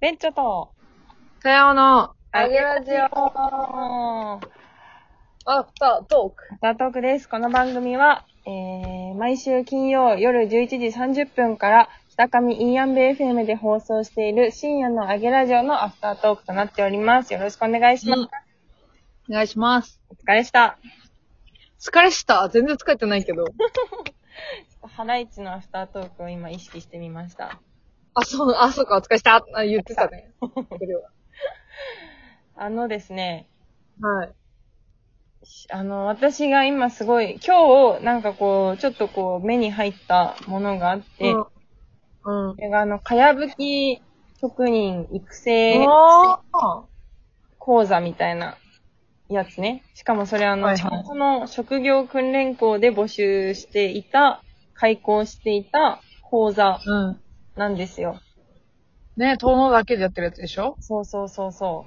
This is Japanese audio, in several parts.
ベンチョと、 さようの、 あげラジオアフタートーク。 アフタートークです。この番組は、毎週金曜夜11時30分から北上イーアンベ FM で放送している深夜のあげラジオのアフタートークとなっております。よろしくお願いします。 お願いします。 お疲れした。 疲れした。全然疲れてないけど。 ハライチのアフタートークを今意識してみました。 そうか、お疲れした。言ってたね。それは。 ですね、 はい。 私が今すごい、今日、なんかこう、ちょっとこう、目に入ったものがあって、 うん。 それがかやぶき職人育成講座みたいなやつね。しかもそれはいはい地元の職業訓練校で募集していた、開講していた講座なんですよ。 ね、遠野だけでやってるやつでしょ？ そうそうそうそう。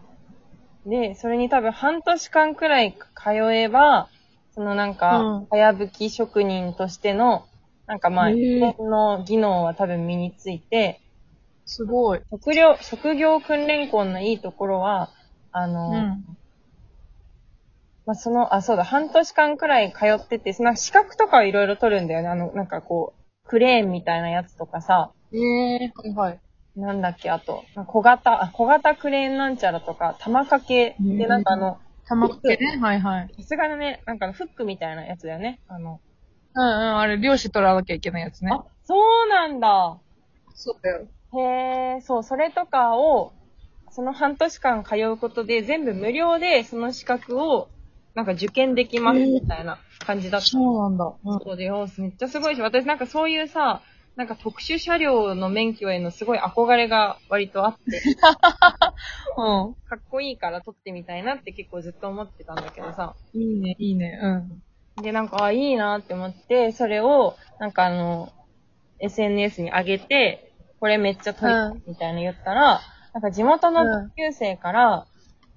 で、それに多分半年間くらい通えば、かやぶき職人としての、一連の技能は多分身について、 すごい。 職業訓練校のいいところは、そうだ、半年間くらい通ってて、資格とかはいろいろ取るんだよね。クレーンみたいなやつとかさ。 はいはい。 なんだっけ、あと、小型クレーンなんちゃらとか、玉掛けで玉掛けね。はいはい。 さすがのね、フックみたいなやつだよね。 あれ、漁師取らなきゃいけないやつね。 あ、そうなんだ。 そうだよ。 へー、そう、それとかを、その半年間通うことで全部無料でその資格を受験できますみたいな感じだった。 そうなんだ。 そうでよ、めっちゃすごいし、私そういうさ、特殊車両の免許へのすごい憧れが割とあって、かっこいいから取ってみたいなって結構ずっと思ってたんだけどさ。 いいね、いいね、 で、いいなって思って、それを、SNS に上げて、これめっちゃ取りたいみたいな言ったら、地元の同級生から、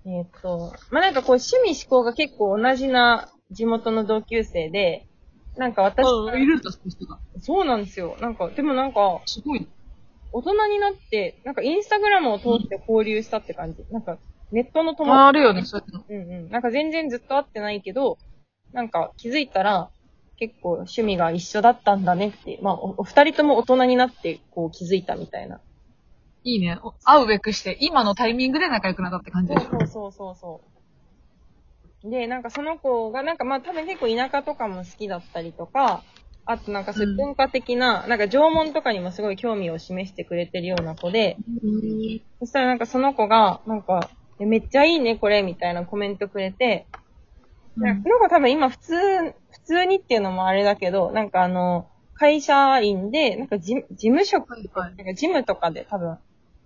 趣味思考が結構同じな地元の同級生で、私、 いるんだ、そういう人が。 そうなんですよ。でもすごい。 大人になって、インスタグラムを通って交流したって感じ。ネットの友達。あるよね、そういうの。 全然ずっと会ってないけど、気づいたら、結構趣味が一緒だったんだねって、お二人とも大人になって気づいたみたいな。 いいね。会うべくして、今のタイミングで仲良くなったって感じでしょ。 そう。で、その子が、多分結構田舎とかも好きだったりとか、あとそういう文化的な、縄文とかにもすごい興味を示してくれてるような子で、そしたらその子が、めっちゃいいね、これ、みたいなコメントくれて、その子多分今普通にっていうのもあれだけど、会社員で、事務職、事務とかで多分、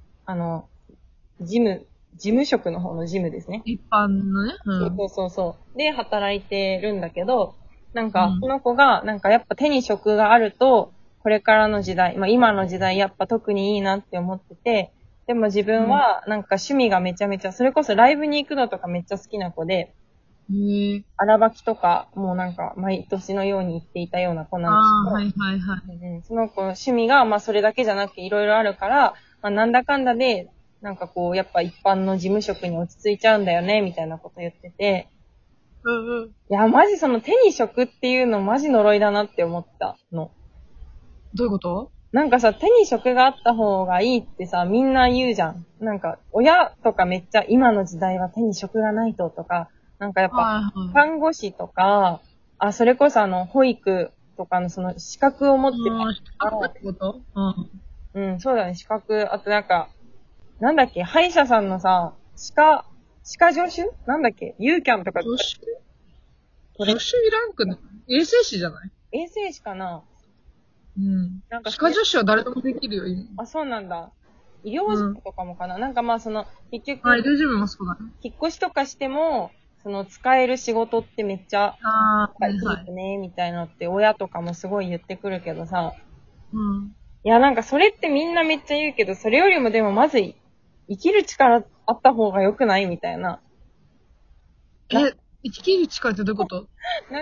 事務職の方の事務ですね。 一般のね。 そう。で、働いてるんだけど、その子が、やっぱ手に職があると、これからの時代、今の時代やっぱ特にいいなって思ってて、でも自分は、趣味がめちゃめちゃ、それこそライブに行くのとかめっちゃ好きな子で、荒ばきとか、もう毎年のように行っていたような子なんですけど、その子の趣味が、それだけじゃなくていろいろあるから、なんだかんだで、やっぱ一般の事務職に落ち着いちゃうんだよね、みたいなこと言ってて、いや、マジその手に職っていうのマジ呪いだなって思ったの。 どういうこと？ さ、手に職があった方がいいってさ、みんな言うじゃん。親とかめっちゃ今の時代は手に職がないととか、やっぱ、看護師とか、それこそ保育とかのその資格を持ってる。 資格ってこと？ そうだね、資格。あとなんだっけ、歯医者さんのさ、歯科助手なんだっけ、ユーキャンとか。 助手いらんくない？衛生士じゃない？ 衛生士かな？ 歯科助手は誰でもできるよ、今。 あ、そうなんだ。医療事務とかもかな、結局、 医療事務もそうだね。 引っ越しとかしても、使える仕事ってめっちゃ、いいよね、みたいなのって、親とかもすごい言ってくるけどさ。いや、それってみんなめっちゃ言うけど、それよりもでもまず、生きる力あった方が良くないみたいな。 生きる力ってどういうこと？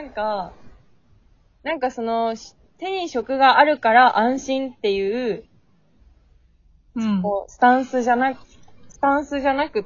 手に職があるから安心っていう、スタンスじゃなくスタンスじゃなくって、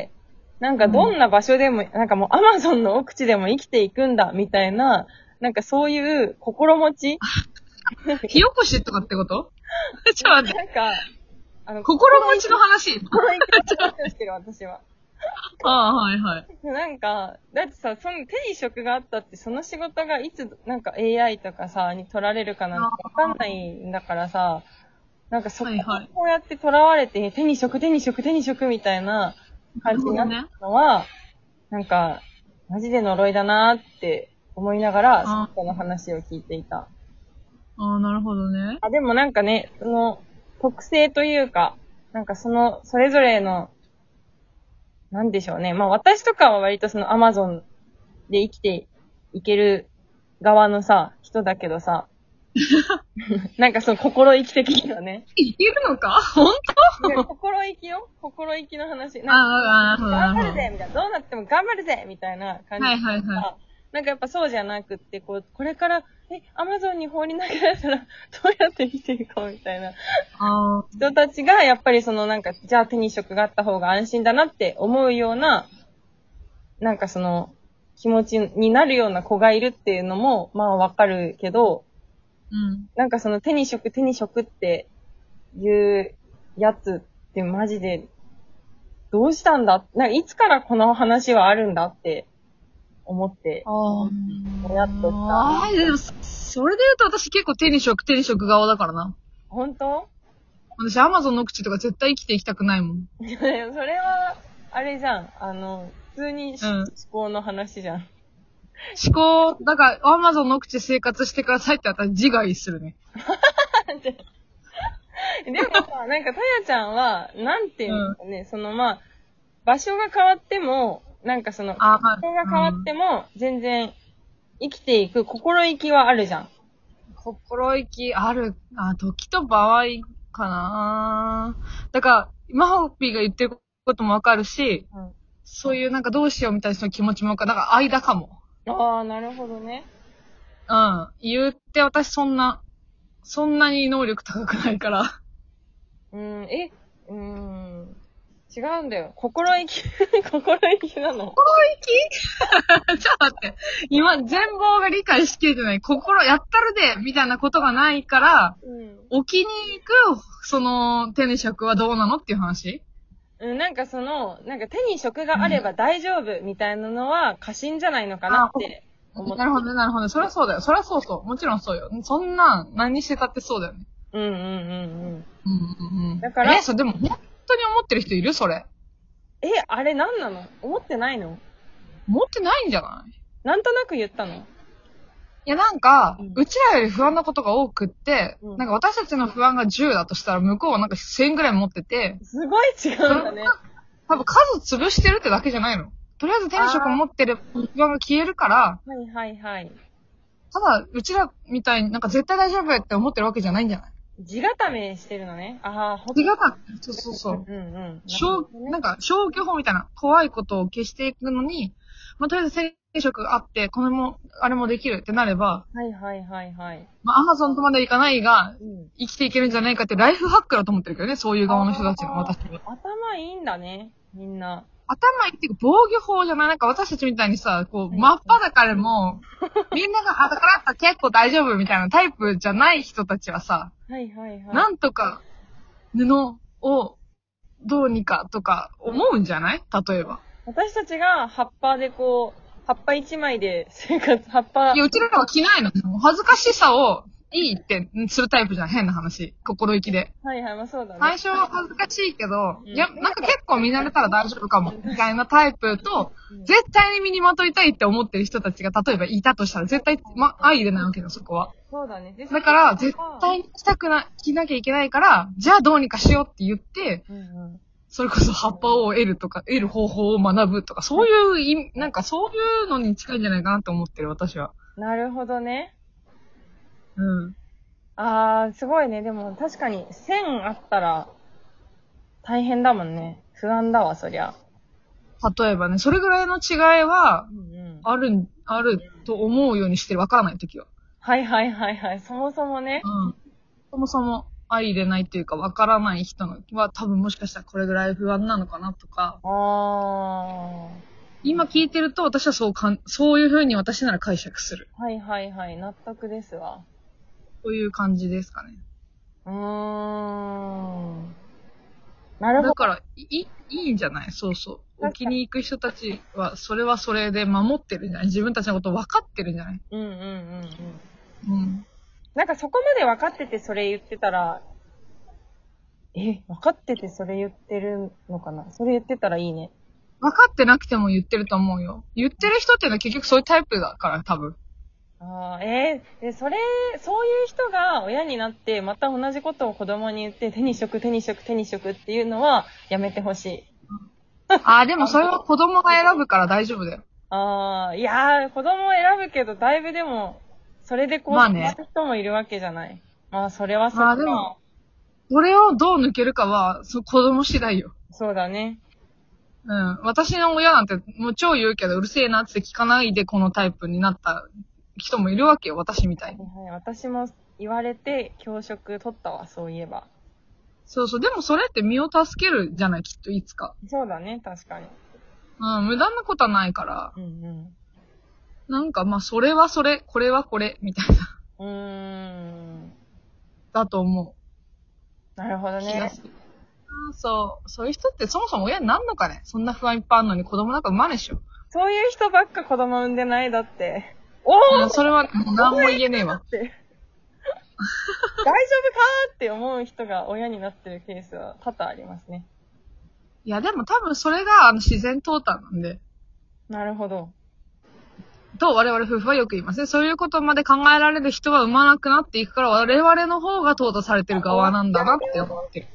なんかどんな場所でも、なんかもうアマゾンの奥地でも生きていくんだ、みたいな、なんかそういう心持ち火起こしとかってことちょっと待って。 なんか、 心持ちの話。 心意気の話をしてる、私は。 ああ、はいはい。 なんか、だってさ、その手に職があったって、その仕事がいつ、なんか AI とかさ、に取られるかなんてわかんないんだからさ、なんかそこにこうやって囚われて、手に職みたいな感じになったのは、なんか、マジで呪いだなーって思いながら、その話を聞いていた。 ああ、なるほどね。 でもなんかね、その、特性というか、なんかそれぞれの、なんでしょうね。まあ私とかは割とその Amazon で生きていける側のさ、人だけどさ、なんかその心意気的にはね。 いけるのか本当心意気よ心意気の話。 なんか頑張るぜみたいな。どうなっても頑張るぜみたいな感じ。 はいはいはい。 なんかやっぱそうじゃなくって、これから、アマゾンに放り投げられたら、どうやって生きていこうみたいな。人たちが、やっぱりそのなんか、じゃあ手に職があった方が安心だなって思うような、なんかその、気持ちになるような子がいるっていうのも、まあわかるけど、なんかその手に職っていうやつってマジで、どうしたんだなんかいつからこの話はあるんだって思って。やっとさ。でも、それで言うと私結構手に職側だからな。 本当？ 私アマゾンの口とか絶対生きていきたくないもん。 いや、それは、あれじゃん。普通に思考の話じゃん。 思考、だからアマゾンの口で生活してくださいって私自害するね。 でもさ、なんか、たやちゃんは、なんていうのね、そのまあ、場所が変わっても、なんかその、場所が変わっても、全然、生きていく心意気はあるじゃん。 心意気ある、時と場合かな。だから、マホピーが言ってることもわかるし、そういうなんかどうしようみたいな気持ちもわかる。だから間かも。 ああ、なるほどね。 言って私そんなに能力高くないから。 違うんだよ。心意気なの。 心意気ちょっと待って。今、全貌が理解しきれてない。やったるでみたいなことがないから、置きに行く、その、手に職はどうなのっていう話？ なんか手に職があれば大丈夫みたいなのは過信じゃないのかなって思って。 なるほど、なるほど。そりゃそうだよ。そりゃそう。もちろんそうよ。そんな、何してたってそうだよね。だから。でも本当に思ってる人いるそれ。 あれ何なの？思ってないの？ 思ってないんじゃない？ なんとなく言ったの？ いやなんか、うちらより不安なことが多くって、なんか私たちの不安が10だとしたら向こうはなんか1000ぐらい持ってて。 すごい違うんだね。 多分数潰してるってだけじゃないの。とりあえず手に職持ってる不安が消えるから。ただ、うちらみたいになんか絶対大丈夫って思ってるわけじゃないんじゃない？ 地固めしてるのね。 地固め。そう。なんか消去法みたいな怖いことを消していくのに、まあ、とりあえず手に職あって、これも、あれもできるってなれば。まあ、アマゾンとまでいかないが、生きていけるんじゃないかってライフハックだと思ってるけどね、そういう側の人たちの私は。 頭いいんだね、みんな。 頭いいっていうか防御法じゃない。なんか私たちみたいにさ、こう、真っ裸でも、みんなが裸だったら結構大丈夫みたいなタイプじゃない人たちはさ、なんとか布をどうにかとか思うんじゃない？例えば。 私たちが葉っぱ一枚でいや、うちらは着ないの。恥ずかしさをいいってするタイプじゃん。変な話。心意気で。 まあそうだね。 最初は恥ずかしいけど、いや、なんか結構見慣れたら大丈夫かも。みたいなタイプと、絶対に身にまといたいって思ってる人たちが、例えばいたとしたら、絶対、愛でないわけだよ、そこは。 そうだね。 だから、絶対着なきゃいけないから、じゃあどうにかしようって言って、それこそ葉っぱを得る方法を学ぶとか、そういうなんかそういうのに近いんじゃないかなと思ってる、私は。 なるほどね。すごいね。でも確かに線あったら大変だもんね。不安だわ、そりゃ。 例えばね、それぐらいの違いは、あると思うようにしてる、わからないときは。 そもそもね。 そもそも、 相入れないっていうかわからない人のは多分もしかしたらこれぐらい不安なのかなとか。今聞いてると私はそういう風に私なら解釈する。 はいはいはい。納得ですわ。 そういう感じですかね。 なるほど。 だから、いいんじゃない？そうそう。沖に行く人たちは、それはそれで守ってるんじゃない？自分たちのこと分かってるんじゃない？ なんかそこまで分かっててそれ言ってたら、分かっててそれ言ってるのかな？それ言ってたらいいね。 分かってなくても言ってると思うよ。言ってる人っていうのは結局そういうタイプだから、多分。 そういう人が親になって、また同じことを子供に言って、手に職っていうのはやめてほしい。 でもそれは子供が選ぶから大丈夫だよ。 いやー、子供を選ぶけど、だいぶでも、それでこう、する人もいるわけじゃない。それはそうか。 でも、これをどう抜けるかは、子供次第よ。 そうだね。 私の親なんて、もう超言うけど、うるせえなって聞かないでこのタイプになった人もいるわけよ、私みたいに。 はい、私も言われて、教職取ったわ、そういえば。 そうそう、でもそれって身を助けるじゃない、きっといつか。 そうだね、確かに。 無駄なことはないから。なんか、それはそれ、これはこれ、みたいな。だと思う。なるほどね。 そういう人ってそもそも親になんのかね？そんな不安いっぱいあるのに子供なんか産まねえっしょ。 そういう人ばっか子供産んでないだって。 それは何も言えねえわ。 大丈夫かって思う人が親になってるケースは多々ありますね。 いや、でも多分それが自然淘汰なんで。 なるほど。 と我々夫婦はよく言いますね。そういうことまで考えられる人は産まなくなっていくから、我々の方が淘汰されてる側なんだなって思ってる。